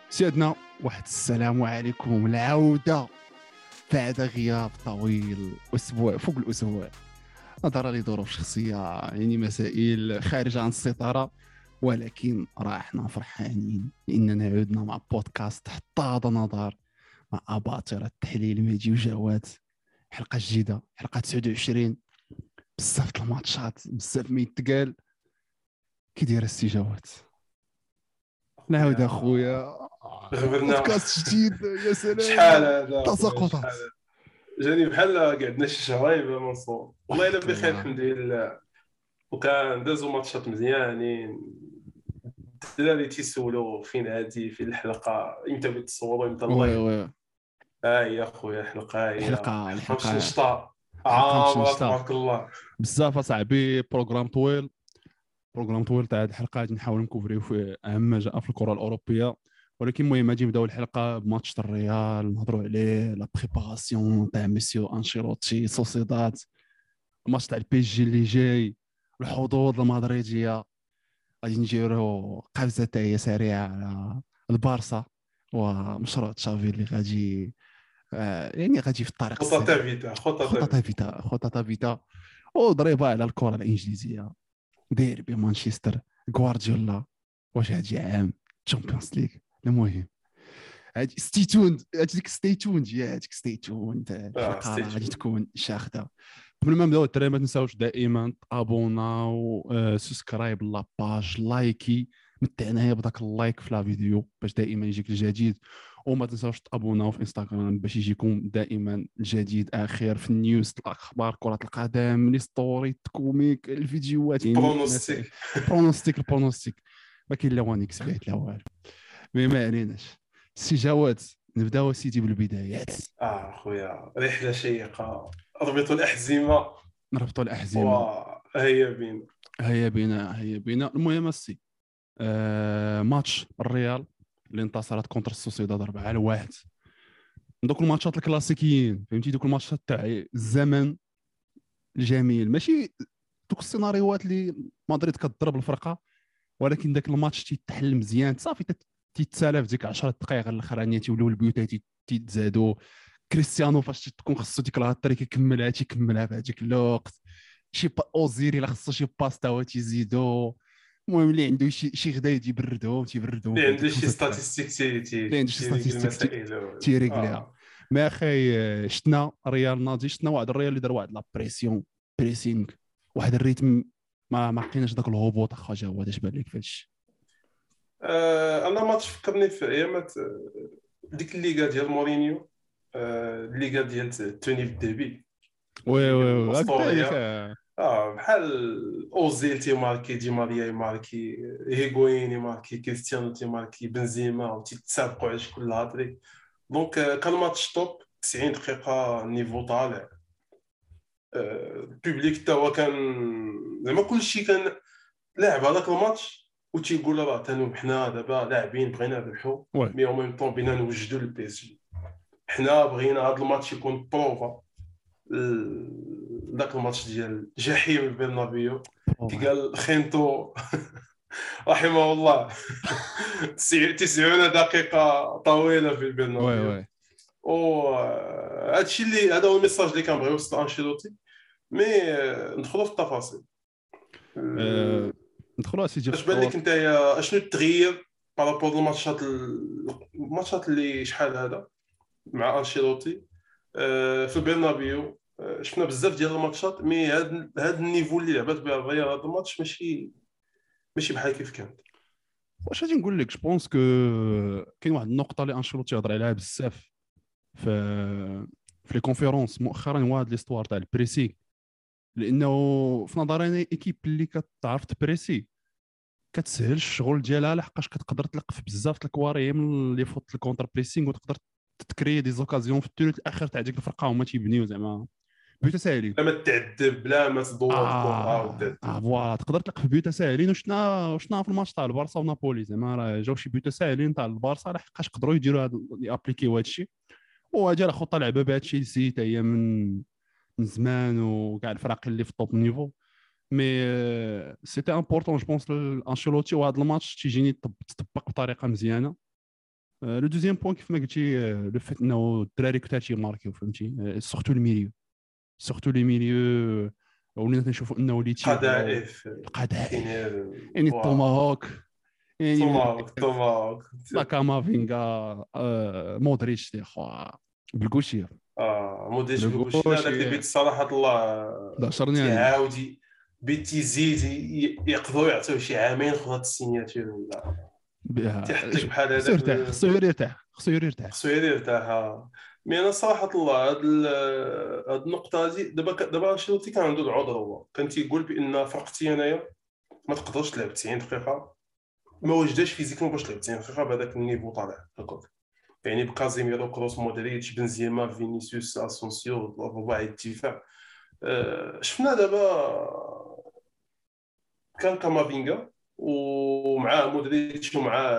سيادنا واحد السلام عليكم العودة بعد غياب طويل أسبوع فوق الأسبوع نظرا لظروف شخصية يعني مسائل خارجة عن السيطرة. ولكن راحنا فرحانين لأننا عدنا مع بودكاست حطاد نظر مع أباطرة التحليل مهدي وجواد. حلقة جديدة، حلقة 29. بزاف د الماتشات، بزاف ما يتقال. كي داير السي جواد؟ نعاود اخويا، غبرنا بودكاست جديد. يا سلام، شحال هذا تساقطات. جاني بحال قعدنا شي شهرين بلا ما نصور. والله الا وحق بخير الله. الحمد لله. وكان دازو ماتشات مزيانين. الدراري تيسولوا فين هادي في الحلقه امتى بغيت تصوروا امتى وي اللايف. وي هي اخويا الحلقه الحلقة مش نشطه الحلقة مش عامره نشطة تبارك الله. بزاف اصاحبي. بروغرام طويل تاع هاد الحلقة غادي نحاول نكوفريو في أهم ما جاء في الكرة الأوروبية. ولكن المهم غادي نبداو الحلقة بماتش تاع الريال، نهضروا عليه لا بريباراسيون تاع ميسيو أنشيلوتي سوسيداد، الماتش تاع البي جي اللي جاي، الحظوظ المدريدية. غادي نديرو قفزة تاعية سريعة على البارسا ومشروع تشافي اللي غادي يعني غادي في الطريق خطه السليم. تافيتا خطة فيتا وضريبة على الكرة الإنجليزية. ديربي مانشستر، غوارديولا، واش هادي عام تشامبيونز ليغ. المهم هادي ستي توند الحلقة راه غادي ستيتش. تكون شاخدة. قبل ما نبداو الدراري ما تنساوش دائما ابوناو، سبسكرايب لاباج، لايكي متعنايا بداك اللايك في لا فيديو باش دائما يجيك الجديد. وما تنساوش تابوناو في انستغرام باش يجيكم دائما الجديد اخر في النيوز، الاخبار، كرة القدم، لي ستوري، الكوميك، الفيديوهات، يعني مسائل برونوستيك. البرونوستيك ما كاين لا وانيكس بعيد لا والو. ما عليناش. سي جواد، نبداو سيدي بالبدايات. اخويا رحله شيقه. اربطوا الاحزمه نربطوا الاحزمه. وهيا بينا. هيا بينا المهم السي. ماتش الريال اللي انتصرت كونتر السوسيداد 4-1. دوك الماتشات الكلاسيكيين، فهمتي، دوك الماتشات تاع الزمن الجميل، ماشي دوك السيناريوهات اللي مدريد كتضرب الفرقه. ولكن داك الماتش تيتحل مزيان صافي، تيتسالى في ديك 10 دقائق الاخرانيه تيوليو البيوتات تيتزادوا. كريستيانو فاش تكون خصو ديك الهاتري تيكملها في هذيك الوقت. اوزيري لا خصو شي باستا هو تيزيدو. المهم اللي عنده شي غدا تيبردهم في اللي هذيك عنده شي 5 دقائق. ستاتيستيك اللي عنده شي تيديك ستاتيستيك المسائل. تيريكليها. ما اخي، شتنا ريال ناضي، شتنا واحد الريال اللي دار واحد لا بريسينغ، واحد الريتم ما لقيناش داك الهبوط. اخا جواد اش بان لك فهادشي؟ انا ما تفكرني في ايامات ديك الليغا ديال مورينيو. الليغا ديال توني بالديبي وي وي وي هكذا هذيك. الاسطوريه. بحال اوزيل تيماركي، دي ماريا يماركي، هيغوين يماركي، كريستيانو تيماركي، بنزيما، وتيتسابقوا على شكون الهاتريك. دونك كان ماتش توب 90 دقيقه نيفو طالع. البوبليك حتى هو كان زعما كلشي كان لاعب هذاك الماتش وتيقول راه تنوب حنا دابا لاعبين بغينا نربحوا، وي مي او ميم طون بينا نوجدوا البي اس جي. حنا بغينا هذا الماتش يكون بروفا. ذاك الماتش ديال جحيم البرنابيو كي قال خينتو رحمه الله 90 دقيقه طويله في وي البرنابيو. وي و هادشي اللي هذا هو الميساج اللي كنبغيو وسط انشيلوتي. مي ندخلوا في التفاصيل. ندخلوا اسيدي في اش بان لك الطور. انت اشنو تغير بارابور الماتشات اللي شحال هذا مع انشيلوتي في البرنابيو؟ شفنا بزاف ديال الماتشات، مي هاد النيفو اللي لعبات به الريال هذا الماتش ماشي بحال كيف كانت. واش غادي نقول لك؟ جو بونس كو كاين واحد النقطه اللي انشيلوتي هضر عليها بزاف في لي كونفيرونس مؤخرا، هو هاد ليستوار تاع البريسي. لانه في نظري انا ايكيب اللي كتعرف تبريسي كتسهل الشغل ديالها، لحقاش كتقدر تلقف بزاف الكواري من اللي فوت الكونتر بريسينغ، وتقدر تكري دي زوكازيون في الثلث الاخر تاع ديك الفرقه هما تيبنيو زعما بيوتا ساهلين. بلا ما تعذب، بلا ما تدور الكره وتعذب. فوالا تقدر تلقف بيوتا ساهلين. وشنا في الماتش تاع البارسا ونابولي زعما راه جاو شي بيوتا ساهلين تاع البارسا، لحقاش قدروا يديروا هذا يابليكيو هذا الشيء. وهذه راه خطه لعبه بها تشيلسي حتى هي من زمان، وكاع الفرق اللي في التوب نيفو. مي سيتي امبورطون جو بونس لانشيلوتي، وهذا الماتش تيجيني تطبق بطريقه مزيانه. لو دوزيام بوين كيف ما قلتي لو فات انه الدراري كثار تيماركيو فهمتي سورتو الميليو سورتو لي ميليو ولينا تنشوفوا انه اللي تيبغيو قذائف القذائف كاين يعني واو التوماهوك يعني من توماهوك لا كامافينغا مودريتش يا خوا بالكوشي مودريتش بالكوشي، لا داك اللي بالكوشي بيت صراحه الله 11 ثانيه تيعاود بيت تيزيد يقدروا يعطيوه شي عامين خذ هاد السيناتور ولا تيحط لك بحال خصو هذاك يرتاح خصو يرتاح خصو يرتاح خصو يرتاح. مي انا صراحه الله هاد النقطه هادي دابا انشيلوتي كان عنده العذر، هو كان تيقول بان فرقتي انايا ما تقدرش تلعب 90 دقيقه، ما وجداش فيزيكمون باش تلعب 90 دقيقه بهذاك النيفو طالع هكاك، يعني بكازيميرو كروس مودريتش بنزيما فينيسيوس اسونسيو رباعي الدفاع. شفنا دابا كان كامافينغا ومع مودريتش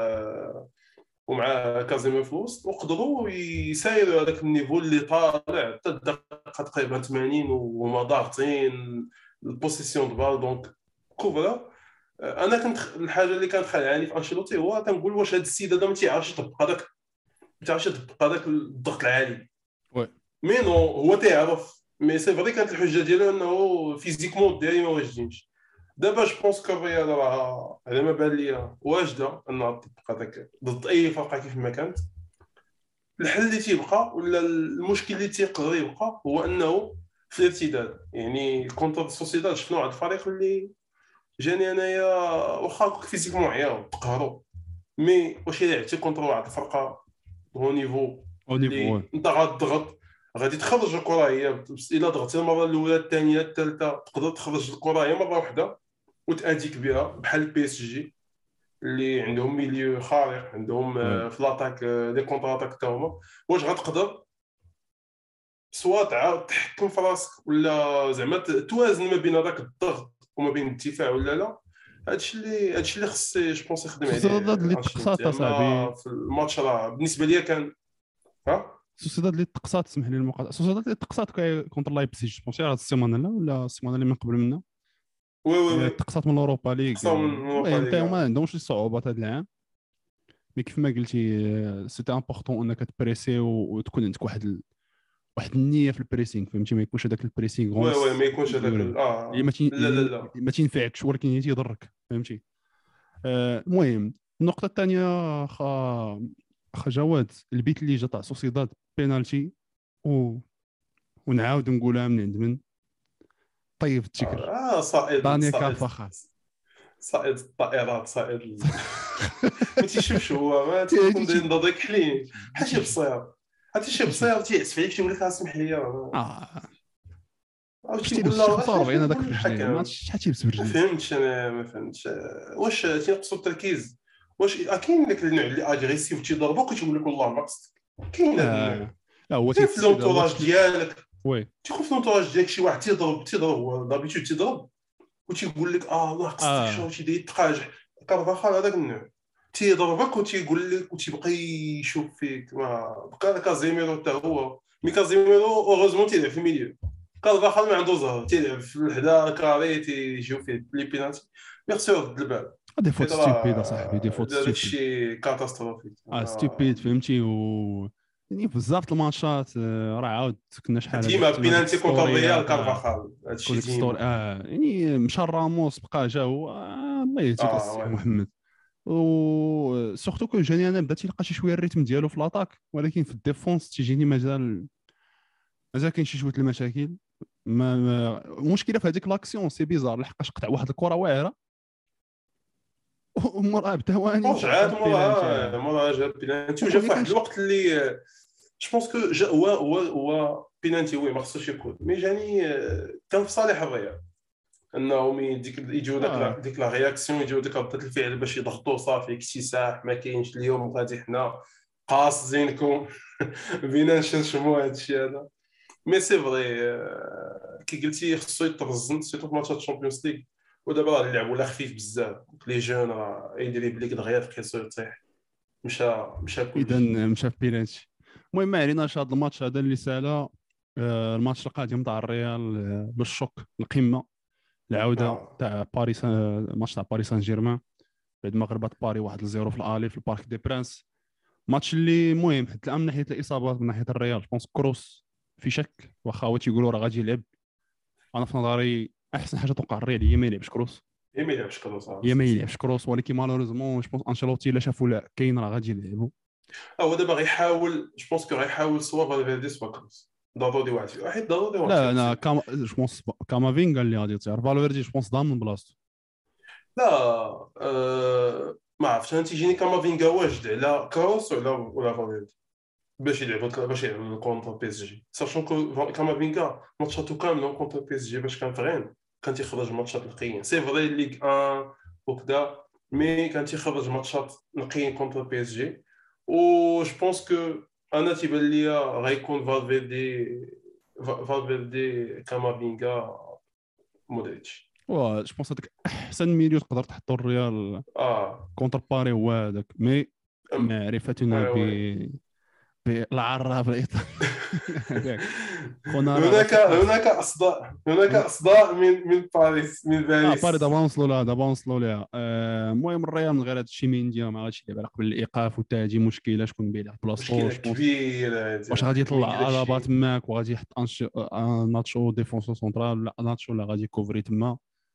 ومع كازيميرو في الوسط، وقدروا يسايروا هذاك النيفو اللي طالع حتى الدقيقه تقريبا 80 وهما ضاغطين البوسيسيون دو بال. دونك كوفرا انا كنت الحاجه اللي كانت خلعاني في انشيلوتي هو كنقول واش هذا السيد هذا ما تيعرفش يطبق هذاك، ما تعرفش تطبق هذاك الضغط العالي. وي مي نو هو تعرف، مي سي فري كانت الحجه ديالو انه فيزيكمون الدراري ما واجدينش. دابا جو بونس كو الريال راه على ما بان ليا واجده انها تطبق هذاك ضد اي فرقه كيف ما كانت. الحل اللي تيبقى ولا المشكل اللي تيقدر يبقى هو انه في الارتداد، يعني كونتر السوسيداد شفنا واحد الفريق اللي جاني انايا واخا فيزيكمون عياو تقهروا، مي واش لعبتي كونتر واحد الفرقه هو نيفو او نيفو اللي انت غتضغط غادي تخرج الكره هي، الا ضغطتي المره الاولى الثانيه الثالثه تقدر تخرج الكره هي مره واحده وتاديك بها بحال بي اس جي اللي عندهم ميليو خارق، عندهم وي في لاطاك لي كونتر اتاك حتى هما. واش غتقدر سوا تعاود تحكم في راسك ولا زعما توازن ما بين هذاك الضغط وما بين الدفاع ولا لا؟ هادشي اللي خص جو بونس يخدم عليه سوسيداد اللي انشيلوتي. تقصات اما اصاحبي في الماتش راه بالنسبه لي كان سوسيداد اللي تقصات سمح لي المقاطعه سوسيداد اللي تقصات كونتر لايبزيج بونسي هاد السيمانه لا ولا السيمانه اللي من قبل منها وي وي وي تقصات من اوروبا ليغ خصهم من اوروبا المهم حتى هما ما ليغا. عندهمش الصعوبات هذا العام مي كيف ما قلتي سيتي امبورطون انك تبريسي وتكون عندك واحد النيه في البريسينغ فهمتي ما يكونش هذاك البريسينغ وي غونس وي ما يكونش هذاك اللي ما تين... لا لا اللي لا ما تينفعكش ولكن هي تيضرك فهمتي المهم النقطه الثانيه خا جواد البيت اللي جا تاع سوسيداد بينالتي ونعاود نقولها من عند من طيب التكر صائد دانيال صائد كارفاخال صائد الطائرات صائد ما تيشوفش هو ما تيكون داير كحلين بحال شي بصير هاتي شي بصير تيعسف عليك تيقول لك اسمح لي واش تيقول تيلبس لا 45 هذاك في رجليه ما الحكم. عرفتش شحال تيلبس في ما رجليه فهمتش انا ما فهمتش واش تينقصوا التركيز، واش كاين داك النوع اللي اغريسيف تيضربوك وتيقول لك والله ما قصدك، كاين هذا النوع لا هو كاين في لونطوراج ديالك وي تيكون في لونطوراج ديالك شي واحد تيضرب هو دابيتود تيضرب وتيقول لك الله قصدك شنو تيدير يتقاجح. كارفاخال هذاك النوع تيضربك وتيقول لك وتيبقى يشوف فيك. ما بقى كازيميرو حتى هو مي كازيميرو اوغوزمون تيلعب في الميليو، كارفاخال ما عنده زهر تيلعب في الحدا كاري تيجيو فيه لي بينالتي خصو يرد البال. دي فوت ستوبيد اصاحبي دي فوت هذاك ستوبيد الشيء كاتاستروفيك ستوبيد فهمتي يعني بزاف الماتشات راه عاود كنا شحال ديما بينالتي كونتر الريال كارفاخال هادشي ديما يعني مشى راموس بقى جا هو الله يهديك السي محمد. و سورتو كو جاني انا بدا تيلقى شي شويه الريتم ديالو في لاطاك ولكن في الديفونس تيجيني مازال كاين شي شويه المشاكل. المشكله في هذيك لاكسيون سي بيزار لحقاش قطع واحد الكره واعره ومراه بثواني رجعات مرة جا بينالتي وجا في واحد الوقت اللي جو بونس كو جا هو بينالتي وي ما خصوش يكون مي جاني كان في صالح الريال انهم يجيو ديك لا رياكسيون يجيو ديك رده الفعل باش يضغطوا صافي اكتساح ما كاينش اليوم غادي حنا قاصدينكم بينا نشموا هذا الشيء هذا. مي سي فري كي قلتي خصو يترزن سيرتو في ماتشات الشامبيونز ليغ ودابا راه اللعب ولا خفيف بزاف لي جون راه يدير بليك دغيا تقيسو يطيح مشى كلشي اذا مشى في بينالتي. المهم ما عليناش هذا الماتش هذا اللي سالا الماتش القادم تاع الريال بالشوك القمه العوده تاع باريس ماتش تاع باريس سان جيرمان بعد ما غلبت باري 1-0 في الالي في البارك دي برانس ماتش اللي مهم حتى الان من ناحيه الاصابات من ناحيه الريال بونس كروس في شك، واخا هو تيقولوا راه غادي يلعب. انا في نظري احسن حاجه توقع الريال هي ما يلعبش كروس، هي ما يلعبش كذا هي صراحه. ما يلعبش كروس. ولكن مالوريزمون جو بونس انشيلوتي الا شافوا لا كاين راه غادي يلعبوا. هو دابا غيحاول، جو بونس كو غيحاول سوا فالفيردي سوا كروس، ضروري واحد فيهم، حيت ضروري واحد لا فيهم انا سي. جو بونس كامافينغا اللي غادي يطير. فالفيردي جو بونس ضامن بلاصتو. لا ما عرفتش انا تيجيني كامافينغا واجد على كروس ولا فالفيردي باش يلعب كونتر بي اس جي، ساشون كو كامافينغا ماتشاتو كاملين كونتر بي اس جي باش كان فغين كان تيخرج ماتشات نقيين، سي فري ليغ 1 وكذا، مي كان تيخرج ماتشات نقيين كونتر بي اس جي. و جو بونس كو انا تيبان ليا غيكون فالفيردي كامافينغا مودريتش. و جو بونس هذاك احسن ميليو تقدر تحطو الريال اه كونتر باري هو هذاك. مي معرفتنا وي. بالعراف الايطالي هذاك خونا راه هناك غاشي حاس. هناك اصداء من باريس، من باري باريس. دابا نوصلوا لها. المهم الريال من غير هذا الشيء مينديا ما غاديش يلعب على قبل الايقاف، وتا هذه مشكله شكون بيلعب بلاصتو. مشكله جو بونس كبيره واش هذه غادي ميك يطلع الابا داكشي. تماك وغادي يحط ناتشو ديفونسو سونترال، لا ناتشو لا غادي يكوفري تما.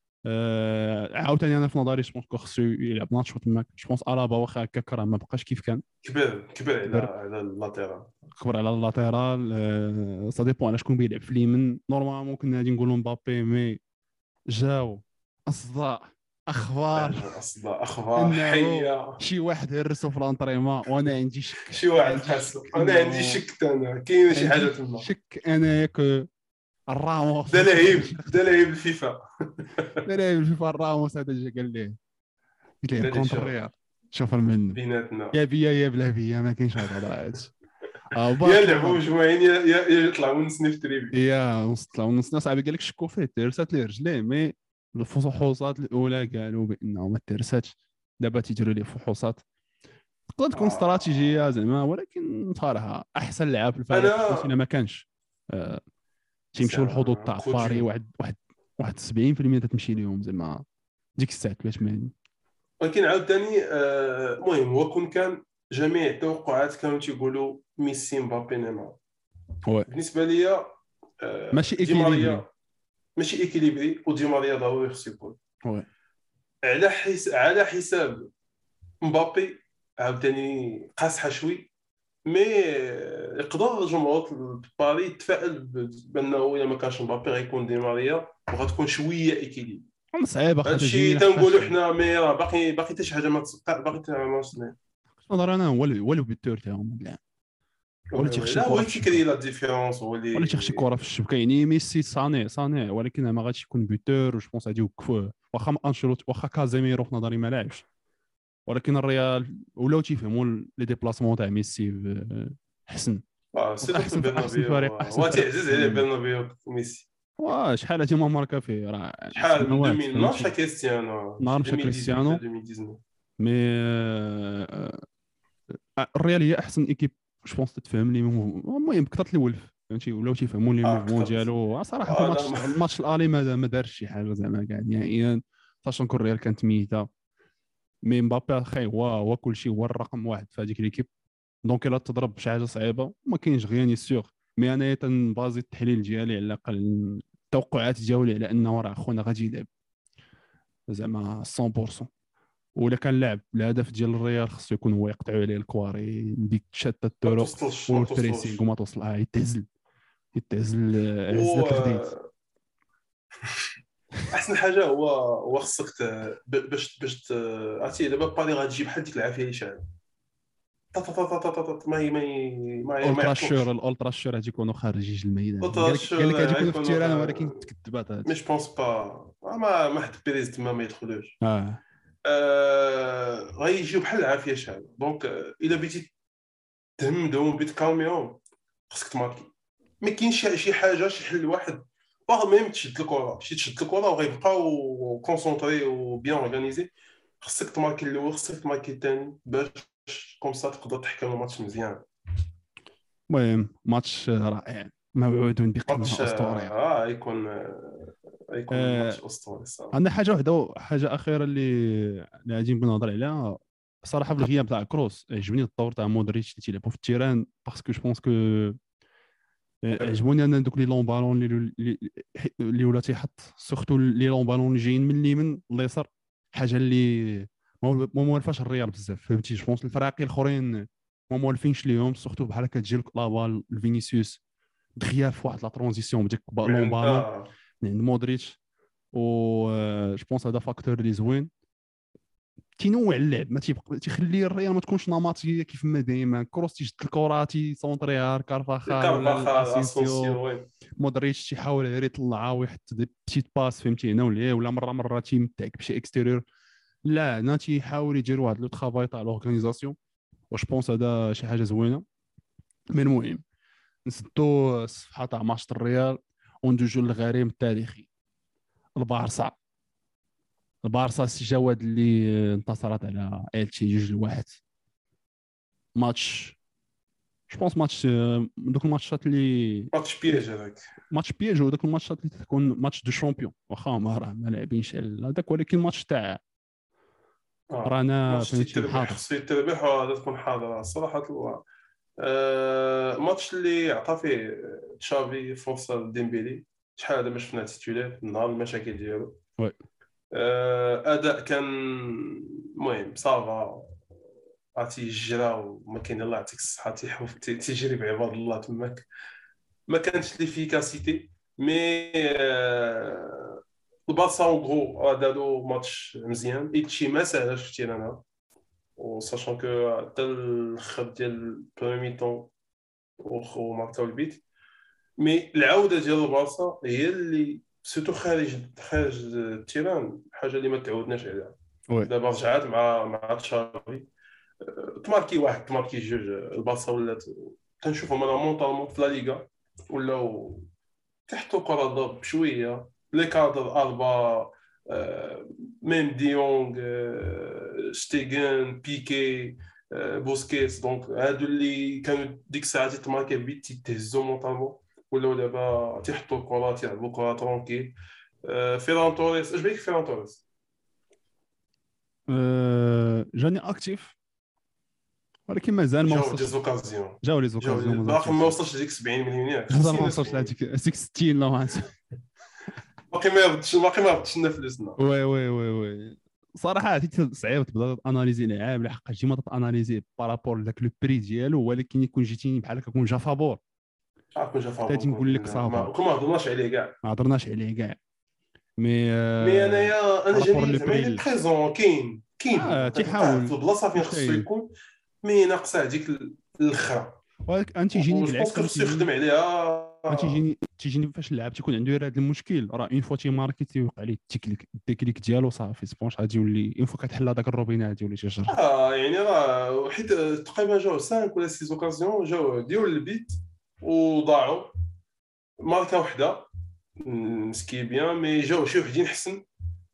عاوتاني انا في نظري جو خصو يلعب ناتشو تماك. جو بونس الابا واخا هكاك راه ما بقاش كيف كان، كبر على كبر اللاتيرال. كبر على اللاتيرال. سا ديبون على شكون بيلعب في اليمين. نورمالمون ممكن غادي نقولوا مبابي، مي جاو اصداء اخبار اصداء اخبار انه حيه. شي واحد هرسو في الانطريمون، وانا عندي شك، شي واحد عندي خاصو، شك انا انه عندي شك، انا كاينه شي حاجه عندي تما. شك انا ياك الراموس دا لعيب الفيفا. لا لا الفيفا الراموس هذا جا قال ليه يلعب قال لي كونتر شوف الريال. شوف منه بيناتنا، يا بيا يا بلا بيا ما كاينش هاد الهضره. يا نلعبوا وبارسلونه مجموعين يا يطلعوا ونسني في التريبي. يا نصطلاو نص ناس عاد قال لك شكو فيه ترسات ليه رجليه. مي الفحوصات الاولى قالوا بانه ما ترساتش. دابا تيديروا ليه فحوصات. تقدر تكون استراتيجيه زعما، ولكن صراحه احسن لاعب في الفريق انا كونسينا ما كانش. تيمشيو للحظوظ زعما تاع باري كوتشينو. واحد 70% تتمشي لهم زعما ديك الساعه 380. ولكن عاوتاني المهم هو كون كان جميع التوقعات كانوا تيقولوا ميسي مبابي نيمار. وي بالنسبه ليا ماشي دي ايكيليبري. ماريا ماشي ايكيليبري، ودي ماريا ضروري خصو يكون وي على حساب مبابي. عاوتاني قاصحه شوي، مي يقدر جمهور باري يتفائل بانه الا ما كانش مبابي غيكون دي ماريا وغتكون شويه ايكيليبري. صعيبه خاطر تجيني هادشي تنقولوا لحقاش حنا، مي راه باقي حتى شي حاجه ما باقي ما وصلنا. نظر انا هو البيتور تاعهم كاع. هو اللي تيخشي لا هو الكره اللي في الشبكه، تيكري لا ديفيرونس، هو ولا اللي تيخشي الكره في الشبكه. يعني ميسي صانع ولكن ما غاديش يكون بيتور. وش بونس غادي يوقفوه. واخا انشيلوتي واخا كازيميرو في نظري ما لعبش، ولكن الريال ولاو تيفهموا لي ديبلاسمون تاع ميسي حسن. سيرتو في احسن البرنابيو. فريق احسن هو فريق تعزز خسر عليه منه. برنابيو ميسي. شحال هادي ما ماركا فيه راه شحال من سنوات 2000 مارشا فهمتي. كريستيانو نهار شي مشى 2018 ولا كريستيانو. 2019. مي الريال هي احسن ايكيب جو بونس تتفهم لي. المهم كثرت لي ولف فهمتي، ولاو تيفهموا لي الموفمون كثرت. ديالو. صراحه في لا الماتش الالي ما دارش شي حاجه زعما كاع نهائيا. ساشون كون الريال كانت ميته. مي مبابي اخي هو كل شيء، هو الرقم واحد في هذيك ليكيب. دونك الا تضرب شي حاجه صعيبه ما كاينش غياني سيغ. مي انايا تنبازي التحليل ديالي على الاقل التوقعات ديالي على انه راه خونا غادي يلعب زعما 100%. ولا كان لعب الهدف ديال الريال خصو يكون هو يقطعوا عليه الكواري ديك شاده ما الطرق توصلش ما والبريسينغ توصلش. وما توصل. يتهزل و عزلت الخديد. احسن حاجه هو خصك باش عرفتي دابا باري غتجي بحال ديك العافيه اللي شعل ما الالترا شور يعطلوش. الالترا شور غادي يكونوا خارجين الميدان. اوتر قال لك غادي يكونوا في غيكونوا التيران ولكن تكذبات مي هادشي. جو بونس با ما حد بيريز تما ما يدخلوش. اه غيجيو بحال العافيه شحال دونك الا بغيتي تهمدهم بتكالميهم خصك تماركي. ما كاينش شي حاجه شي حل واحد باغ ميم تشد الكره وغيبقاو كونسونطري وبيان اورغانيزي. خصك تماركي الاول، خصك تماركي الثاني باش كوم سا تقدر تحكم الماتش مزيان. المهم ماتش رائع موعود ماتش بقمه اسطوريه. غيكون ماتش اسطوري الصراحه. عندنا حاجه واحده، حاجه اخيره اللي غادي نبغي نهضر عليها. بصراحه في الغياب تاع كروس عجبني الدور تاع مودريتش اللي تيلعبوا في التيران باسكو جو بونس كو عجبوني انا دوك لي لون بالون اللي ولا تيحط سورتو لي لون بالون اللي جايين من اليمين اليسار، حاجه اللي ما موالفاش الريال بزاف فهمتي. جو بونس الفراقي الاخرين ما موالفينش ليهم سورتو بحال هكا تجي لك لا بال فينيسيوس دغيا في واحد لا ترانزيسيون بديك لون بالون من عند مودريتش. و جو بونس هذا فاكتور اللي زوين تينوع اللعب، ما تيخلي الريال ما تكونش نمطيه كيف ما دائما كروس تيجد الكره تيسونطريها كارفاخال ولا اسينسيو، مودريتش تيحاول غير يطلعها ويحط دي بتيت باس فهمتي هنا ولا مره تيمتاك بشي اكستيريور. لا هنا تيحاول يدير واحد لو طرافاي تاع لورغانيزاسيون واش بونس هذا شي حاجه زوينه. من المهم نسدو الصفحه تاع ماتش الريال وندوزو للغريم التاريخي البارسا. البارسا السجواد اللي انتصرت على إلتشي 2-1. ماتش جو بونس ماتش دوك الماتشات اللي ماتش بياج هذاك، ماتش بياج ودوك الماتشات اللي تكون ماتش دو شامبيون واخا ما لاعبينش هذاك، ولكن ماتش تاع رانا فهمتي حاضر خصو يتربح وهذا تكون حاضره صراحه. ماتش اللي عطى فيه تشافي فرصه لديمبيلي، شحال هذا ما شفنا تيتولير نهار المشاكل ديالو. وي اداء كان المهم صافا عرفتي الجرا وما كاين الله يعطيك الصحه تيجري بعباد الله تماك. ما كانتش ليفيكاسيتي مي البارسا اون غرو داروا ماتش مزيان. ايتشي ما ساهلش في تيرانا وساشون كو حتى الاخر ديال البرومي ميطون وماركاو البيت. مي العوده ديال البارسا هي اللي سيتو خارج التيران حاجه اللي ما تعودناش عليها. دابا رجعات مع تشافي تماركي واحد تماركي جوج البارسا ولات كنشوفهم انا مونطالمون في لا ليغا ولاو تحتو كره ضرب شويه لي كادر اربا ميم ديونغ شتيغن بيكي بوسكيتس. دونك هادو اللي كانوا ديك الساعه تماركي بيت تيهزو مونطالمون ولاو دابا تيحطوا الكره تيلعبوا كره ترونكيل. فيران توريس اش بيك فيران توريس؟ جاني اكتيف ولكن مازال ما وصلش جاو لي زوكازيون باقي ما وصلش لديك 70 مليون ياك مازال ما وصلش لهذيك 60 لا باقي ما هبطش لنا فلوسنا. وي صراحه صعيب تبدا اناليزي لعاب لحق شي ما تاناليزي بارابور لذاك لو بري ديالو، ولكن يكون جيتيني بحال هكا كون جا فابور كون جا فابور حتى نقول لك صافي ما هضرناش عليه كاع مي انا جاني زعما بريزون كاين تيحاول في البلاصه فين خصو يكون مي ناقصه هذيك الاخرى. ولكن انت تيجيني بالعكس خصو يخدم عليها. تيجيني فاش اللعاب تيكون عنده هذا المشكل راه اون فوا تيماركي تيوقع عليه التكليك ديالو صافي سبونج غادي يولي اون فوا كتحل هذاك الروبينه غادي يولي تيجر. يعني راه حيت تقريبا جاو 5 ولا 6 اوكازيون جاو ديال البيت وضاعوا ماركه وحده مسكي بيان مي جاو شي وحدين حسن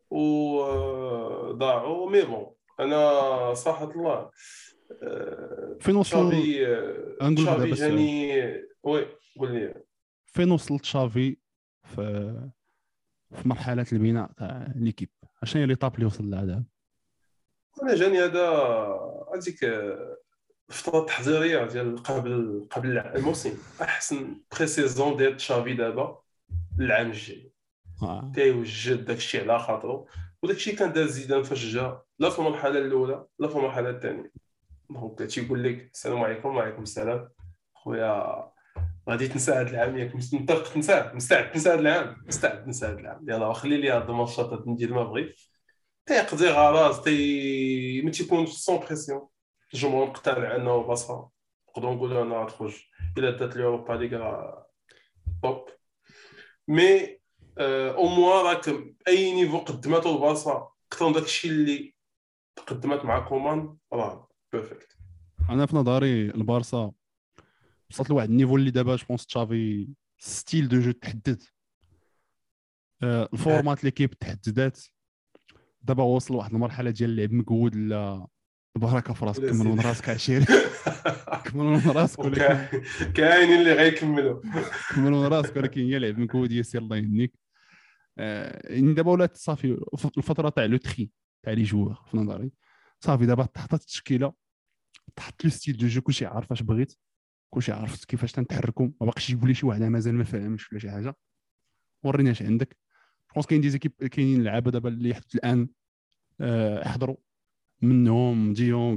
وضاعوا. مي بون انا صراحه الله فين وصل تشافي جاني وي قول لي فين وصل تشافي في مرحله البناء تاع ليكيب؟ اشنو هي ليطاب اللي وصل لها دابا؟ انا جاني هذيك الفتره التحضيريه ديال قبل الموسم احسن بري سيزون ديال تشافي دابا العام الجاي تيوجد داكشي على خاطرو وداكشي كان دار زيدان فاش جا لا في المرحله الاولى لا في المرحله الثانيه. دونك تيقول لك السلام عليكم وعليكم السلام خويا غادي تنسى هذا العام ياك مستعد تنسى هذا العام يلاه وخلي لي هاد الماتشات ندير ما بغيت تيقضي غراز ما تيكونش سون بريسيون. الجمهور مقتنع انه بصفه نقدروا نقولوا انا غتخرج الى دات اليوروبا ليغ توب. مي او موان راك اي نيفو قدمته البارسا اكثر من داكشي اللي قدمت مع كومان راه بيرفكت. انا في نظري البارسا وصلت لواحد النيفو اللي دابا جو بونس تشافي ستيل دو جو تحدد، الفورمات ليكيب تحددات دابا وصل لواحد المرحله ديال اللعب مقود. لا بارك في راسك كمل من راسك عشيري كمل من راسك ولكن كاينين اللي غيكملوا كمل من راسك ولكن هي لعب مقود يسير الله يهنيك. دابا ولات صافي الفتره تاع لو تري تاع لي جوار في نظري صافي دابا تحطات التشكيله، تحط لو ستيل دو جو، كلشي عارف اش بغيت، كلشي عارف كيفاش تنتحركوا، ما باقيش يقول لي شي واحد مازال ما فاهمش ولا شي حاجه. ورينا اش عندك. بونس كاين دي زيكيب، كاينين لعابه دابا اللي حتى الان حضروا، منهم ديونغ،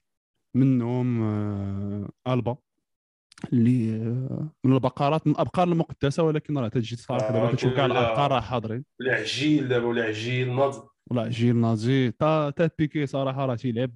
منهم البا، اللي من البقرات، من الابقار المقدسه، ولكن راه تجي صراحه دابا تشوف كاع الابقار راه حاضرين، ولا عجيل دابا، ولا عجيل ناض. ولا جيل ناجي تا بيكي صراحه راه تيلعب،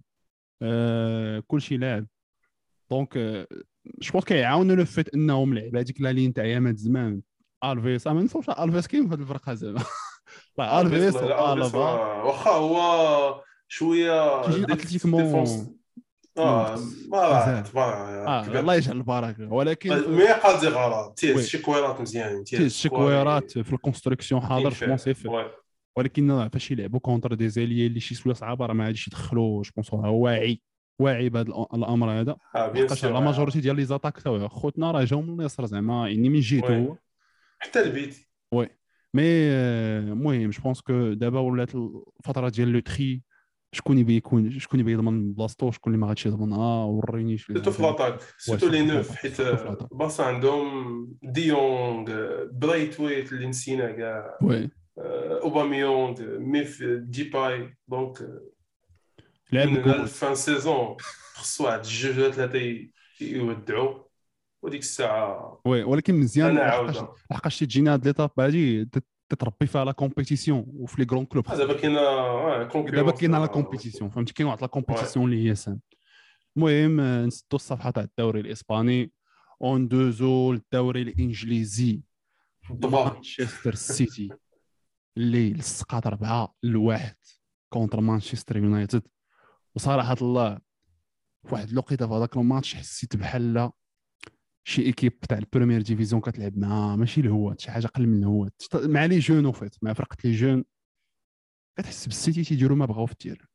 كلشي لاعب. دونك جو بونس كيعاونوا لو فيت انهم لعب هذيك لا لين تاع يامات زمان. الفيس ما نسوش الفيس كاين في هذه الفرقه زعما. راه الفيس، الفيس والله لا الفيس والفا واخا هو شويه تيجي ديفونس. اتليتيكمون ما راه مزال. تبارك كبر. الله يجعل البركه، ولكن مي قادي غلط تيز وي شي كويرات مزيانين، تي تيز سكواري الشكويرات في الكونستركسيون كاين حاضر جو بونس فيه يفهم. ولكن فاش يلعبوا كونتر دي زيليي اللي شي سويه صعابه راه ما غاديش يدخلوا. جو بونس هو واعي بهذا الامر هذا، بيان لحقاش لا سور ماجوريتي ديال لي زاتاك تاع خوتنا راه جاو من اليسار زعما، يعني من جهته وي هو. حتى البيت. وي مي المهم جو بونس كو دابا ولات الفتره ديال لو تخي، شكون يبي يضمن بلاصتو، شكون اللي ما غاديش يضمن، وريني شي سيرتو في زعما. لاطاك، واه سيرتو لي سورتو في نوف، لاطاك، حيت سورتو في لاطاك. بارسا عندهم ديونغ، برايتويت اللي نسينا كاع، وي اوباميونغ، ميف ديباي. دونك لعب من مجهود. الفان سيزون خصو واحد جوج ولا ثلاثه يودعوا، وديك الساعه وي ولكن مزيان، انا لحقاش عاوده. لحقاش تجينا هاد ليطاب هادي تتربي فيها لا كومبيتيسيون وفي لي كرون كلوب. دابا كاينه دابا كونكورونس كاينه لا دابا. كومبيتيسيون، فهمتي، كاين واحد لا وي كومبيتيسيون اللي هي سان. المهم نسدو الصفحه تاع الدوري الاسباني، اون دوزو الدوري الانجليزي. الضباب. مانشستر سيتي اللي لصقات 4-1 كونتر مانشستر يونايتد. وصراحه الله، في واحد الوقيته في هذاك الماتش حسيت بحال شي ايكيب تاع البريمير ديفيزيون كتلعب مع ماشي الهوات، شي حاجه اقل من الهوات، مع لي جون وفيت، مع فرقه لي جون. كتحس بالسيتي تيديروا ما بغاو في التير،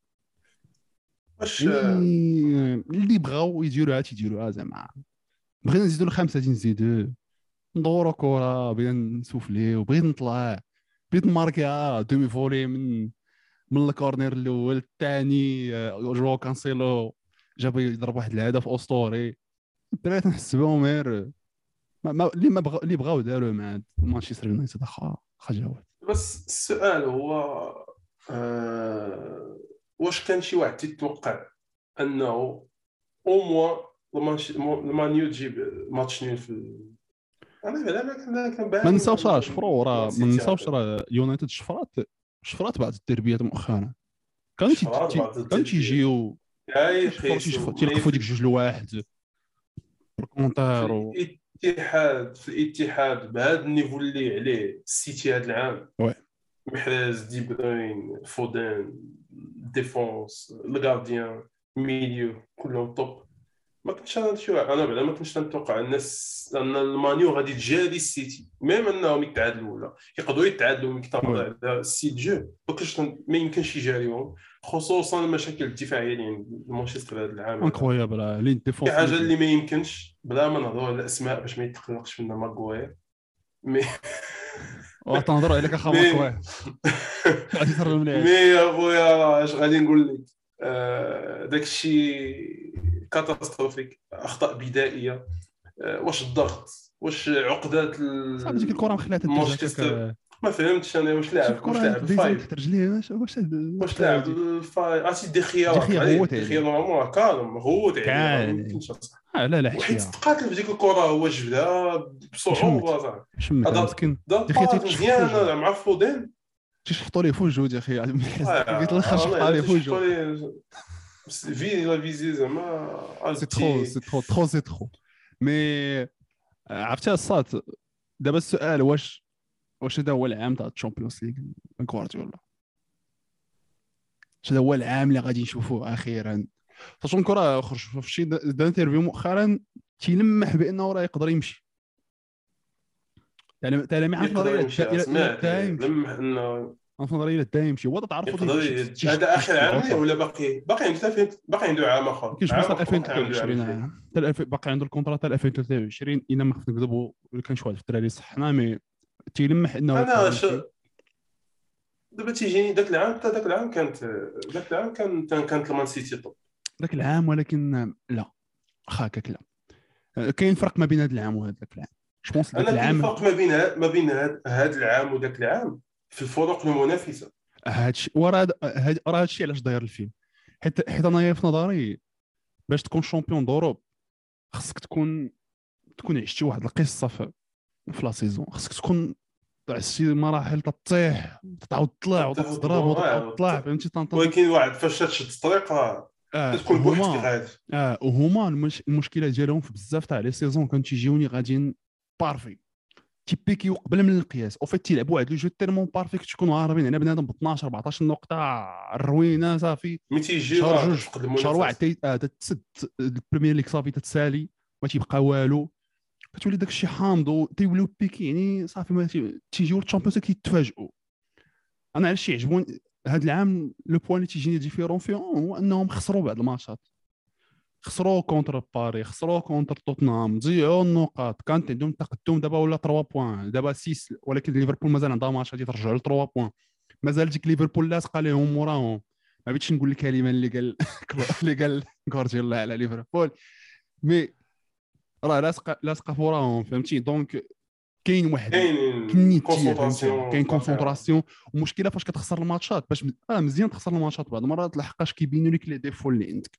واش يعني اللي بغاو يديروها تيديروها زعما. بغينا نزيدوا الخمسه غادي نزيدوا، ندوروا كره، بغينا نسوفلي وبغيت نطلع، بغيت نماركي دومي فولي من الكورنير الاول الثاني. جواو كانسيلو جاب يضرب واحد الهدف اسطوري. الدراري تنحسبهم غير اللي بغاو داروا مع مانشستر يونايتد. اخا جواد. بس السؤال هو واش كان شي واحد تيتوقع انه او موا المانيو تجيب ماتش نيل في انا لا كان ما باين نساوش راه شفروا، مان راه ما سيتي نساوش هذا راه يونايتد شفرات بعض الدربيات مؤخرا. كانوا شفرات بعض كانوا التربيات تيجيو يا تيشوفوا قيسو مي تيلقفوا ديك جوج لواحد في الكونتار في الاتحاد بهذا النيفو اللي عليه السيتي هذا العام، وي محرز، دي بروين، فودان، ديفونس، الغارديان، ميليو كلهم توب. ما كنتش انا انا بعدا ما كنتش نتوقع الناس ان المانيو غادي تجاري السيتي، ميم انهم يتعادلوا ولا يقدروا يتعادلوا من كتاب وي على السيت جو، ما يمكنش يجاريهم، خصوصا المشاكل الدفاعيه اللي عند مانشستر هذا العام هذا. انكرويابل لين شي حاجه ديفونسيف. اللي ما يمكنش بلا ما نهضروا على الاسماء باش ما يتقلقش منا ماغواير. مي وتنهضروا عليك اخا مي ماكواي غادي تهرب مي مليح. يا خويا اش غادي نقول لك، داك الشيء كاتاستروفيك، اخطاء بدائيه. واش الضغط، واش عقدات صافي ديك الكره مخليها تدز مانشستر. هكاك، ما فهمتش انا واش ديك لعب، واش الكره لعب ديزون الفايف، تحت رجليه، واش واش لعب هادي الفايف. عرفتي دي خيارات دي خيا عليه، غوت دي خيار عليه نورمالمون كالم غوت عليه، راه ما كان. يمكنش اصاحبي. لا وحيت حشيه تقاتل في ديك الكره هو جبدها بصعوبه مشمت صاحبي. مسكين. دار يا اخي باس تيتشفط في وجهه، مزيان مع فودين. تيشفطوا ليه في وجهه يا اخي، بغيت نلخر شفط انا عليه في تيشفطوا وجهه. لي في لا فيزي زعما التي. سي ترو مي عرفتي الصات. دابا السؤال واش هذا هو العام تاع الشامبيونز ليغ من غوارديولا؟ هذا هو العام اللي غادي نشوفوه اخيرا؟ خصوصا كره خرج في شي انترفيو مؤخرا تيلمح بانه راه يقدر يمشي. يعني عارف يقدر نظريه يمشي، الى سمعت الدا عليه يمشي، لمح انه عارف نظريه الى الدا يمشي. هو تعرفوا يقدر هذا اخر تيشد عام ليه العطله. ولا باقي عنده 2000، باقي عنده عام ما اخر، كاينش عام وصل اخر باقي عنده عام 2023 جديد. عام باقي عنده الكونترا تاع 2023 الا ما خفت نكذبوا، ولا كان شي واحد في الدراري صحنا مي تيلمح انه يقدر انا يمشي. دابا تيجيني داك العام، حتى داك العام كانت، داك العام كانت المان سيتي طب. ذاك العام، ولكن لا، واخا هكاك لا. كاين فرق ما بين هذا العام وهذا العام. جو بونس ذاك انا كاين العام فرق ما بين هذا العام وذاك العام في الفروق المنافسه. هادشي وراه راه هادشي علاش داير الفيلم. حيت انايا في نظري باش تكون شامبيون دوروب خصك تكون عشتي واحد القصه في لا سيزون. خصك تكون عشتي مراحل تطيح تعاود تطلع وتضرب وتعاود تطلع، فهمتي؟ ولكن واحد فاش تشد الطريق تكون بوحدك هما غادي. وهما المشكله ديالهم في بزاف تاع لي سيزون كانوا تيجيوني غاديين بارفي، تيبيكيو قبل من القياس، او فيت تيلعبوا واحد لو جو تيرمون بارفي تكونوا عارفين هنا بنادم ب 12 14 نقطه الروينه صافي. مي تيجي شهر جوج تفقد شهر واحد المنافسه. تتسد البريمير ليغ صافي تتسالي، ما تيبقى والو، كتولي داك الشيء حامض تيوليو بيكي يعني صافي ما تيجيو الشامبيونز كيتفاجئوا. انا علاش يعجبوني هذا العام لو بوين اللي تيجيني ديفيرون فيهم هو انهم خسروا بعض الماتشات، خسروا كونتر باري، خسروا كونتر توتنهام، ضيعوا النقاط، كانت عندهم تقدم دابا ولا 3 بوان دابا 6، ولكن ليفربول مازال عندها ماتش غادي ترجع ل 3 بوان، مازال ديك ليفربول لاصقه لهم موراهم. ما بغيتش نقول الكلمه اللي قال اللي قال غوارديولا على ليفربول، مي راه لاصقه موراهم، فهمتي؟ دونك كاين واحد كاين كنيتيه، فهمتي؟ كونسونطراسيون كاين واقعه. كونسونطراسيون. والمشكله فاش كتخسر الماتشات باش مزيان تخسر الماتشات بعض المرات لحقاش كيبينوا لك لي ديفو اللي عندك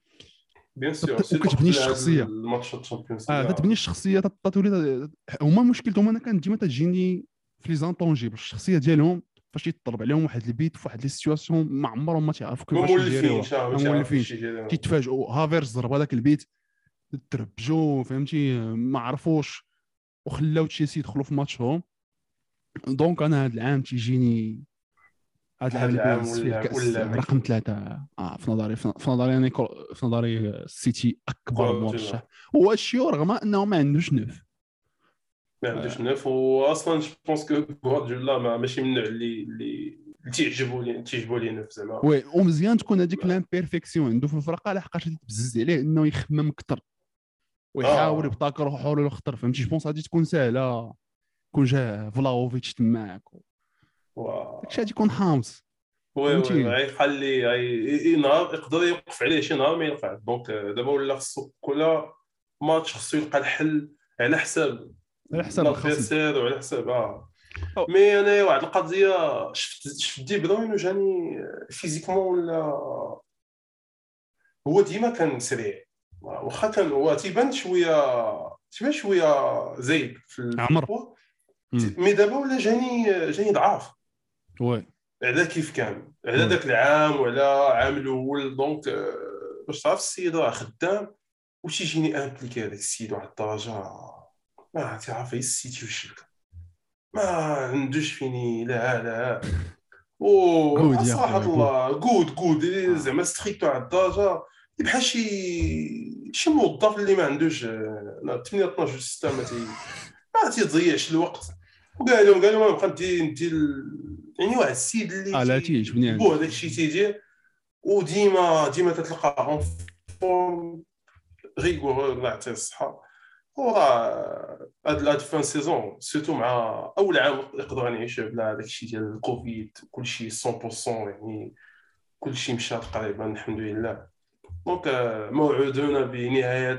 بيان سور سيرتو وكتبني قبل هذا الشخصيه. الماتش الشامبيونز ليغ. تتبني الشخصيه تولي هما مشكلتهم. انا كانت ديما تجيني في لي زانطونجيبل الشخصيه ديالهم فاش يطلب عليهم واحد البيت في واحد لي سيتواسيون ما عمرهم ما تعرفوا ما كيفاش يجيريوها، مولفينش ما ما تعرفوش مولفينش. شي ديالهم. تيتفاجئوا هافيرز ضرب هذاك البيت، تربجوا، فهمتي؟ ما عرفوش وخلاو تشيلسي يدخلوا في ماتشهم. دونك انا هذا العام تيجيني، هذا العام هذا اللي العام كينعس فيه الكاس ولا ما رقم كاين 3 في نظري، في نظري انا في نظري السيتي اكبر مرشح. غوارديولا هو الشيء رغم انه ما عندوش نف. ما عندوش نف. واصلا جو بونس كو غوارديولا ماشي من النوع اللي تيعجبوا لي نف زعما. وي ومزيان تكون هذيك لامبيرفيكسيون عنده في الفرقه لحقاش غادي تبزز عليه انه يخمم اكثر ويحاول اه يبتكر حلول اخطر، فهمتي؟ جو بونس غادي تكون سهله كون جا فلاوفيتش تماك، داكشي غادي يكون حامص، وي فهمتي؟ غيخلي نهار يقدر يوقف عليه شي نهار ما ينفع. دونك دابا ولا خصو كل ماتش خصو يلقى الحل على حساب على حساب الخصم. الادفيرسير وعلى حساب أو. مي انا واحد القضيه شفت دي بروين وجاني فيزيكمون ولا هو ديما كان سريع، واخا كان هو تيبان شويه زايد في عمر. البوا. مي دابا ولا جاني ضعاف وي على كيف كان على وي ذاك العام وعلى عام الاول. دونك باش تعرف السيد راه خدام وتيجيني امبليكي هذاك السيد واحد الدرجه ما تعرف السيتي والشركه ما عندوش فيني لا جود يا صراحه خويا جود. الله جود زعما ستريكت واحد الدرجه بحال شي موظف اللي ما عندوش 8 12 6 ما تيضيعش الوقت. وقال لهم انا بقى ندير يعني واحد السيد اللي لا تيعجبني هذا بوه داك الشيء تيدير وديما تتلقى اون فورم ريغور الله يعطيه الصحه. وراه هاد فان سيزون سيرتو مع اول عام يقدروا نعيشوا بلا داك الشيء ديال الكوفيد كلشي 100% يعني كلشي مشى تقريبا الحمد لله. دونك موعودون بنهايه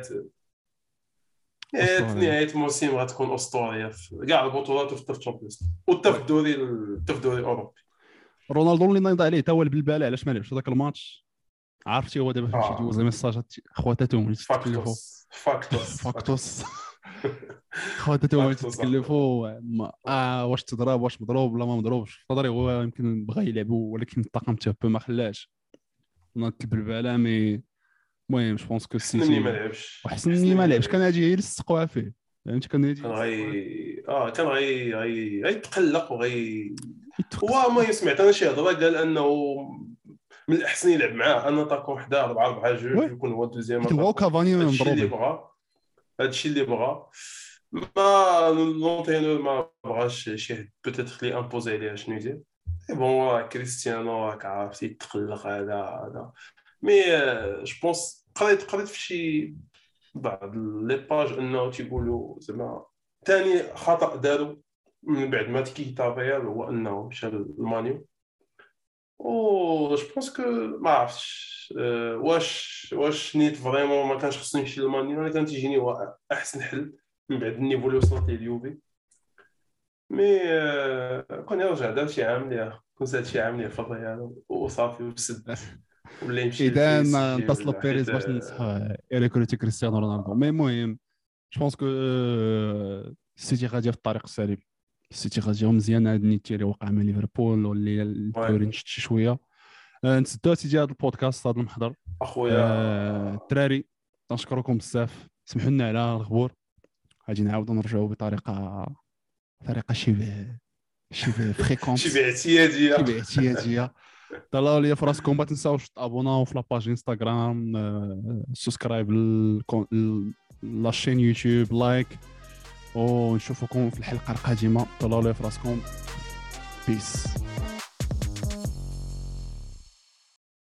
نهايه موسم غتكون اسطوريه في كاع البطولات وفي الشامبيونز وحتى في الدوري الاوروبي. رونالدو اللي نايض عليه تا هو البلباله علاش ما لعبش هذاك الماتش. عرفتي هو دابا فاش يدوز ميساجات خواتاتهم اللي تتكلفوا فاكتوس خواتاتهم اللي تتكلفوا واش تضرب واش مضروب ولا ما مضروبش. نظري هو يمكن بغى يلعبوا ولكن الطاقم تاعو ما خلاش ناض البلباله. مي المهم جو بونس كو حسنني ما السيتي لعبش وحسنني ما لعبش، كان غادي غير يستقوا فيه، فهمتي؟ كان غادي كان غيتقلق هو ما سمعت انا شي هضره قال انه من الاحسن يلعب معاه انا طاكون حدا 4-4-2 يكون هو الدوزيام. تبغاو كافاني هادشي اللي بغا ما لونتينور ما بغاش شي بوتيتر لي امبوزي عليه شنو يدير. بون كريستيانو راك عارف يتقلق هذا مي جو بونس قريت في شي بعض لي باج انه تيقولوا زعما ثاني خطا داروا من بعد ما كيتا ريال هو انه مشى للمانيو او جو بونس كو ما عرفتش واش نيت فريمون ما كانش خصني نمشي للمانيا ولا كان تيجيني هو احسن حل من بعد النيفو اللي وصلت ليه اليوفي مي كون يرجع دار شي عام ليها كون زاد شي عام ليها في الريال وصافي وسد ولا يمشي اذا للبي اس جي انتصر ولا بيريز باش ننصحه يريكروتي كريستيانو رونالدو. مي المهم جو بونس كو السيتي غادي في الطريق السليم. السيتي غادي مزيان هاد النيتي اللي وقع مع ليفربول واللي الدوري نشط شي شويه. نسدو سيدي هذا البودكاست هذا المحضر اخويا. الدراري نشكركم بزاف. سمحوا لنا على الغبور. غادي نعاودوا نرجعوا بطريقه شبه فريكونت شبه اعتياديه. طلعوا لي في راسكم ما تنساوش تابوناو في لاباج انستغرام سبسكرايب لاشين يوتيوب لايك ونشوفكم في الحلقه القادمه. طلعوا لي في راسكم بيس.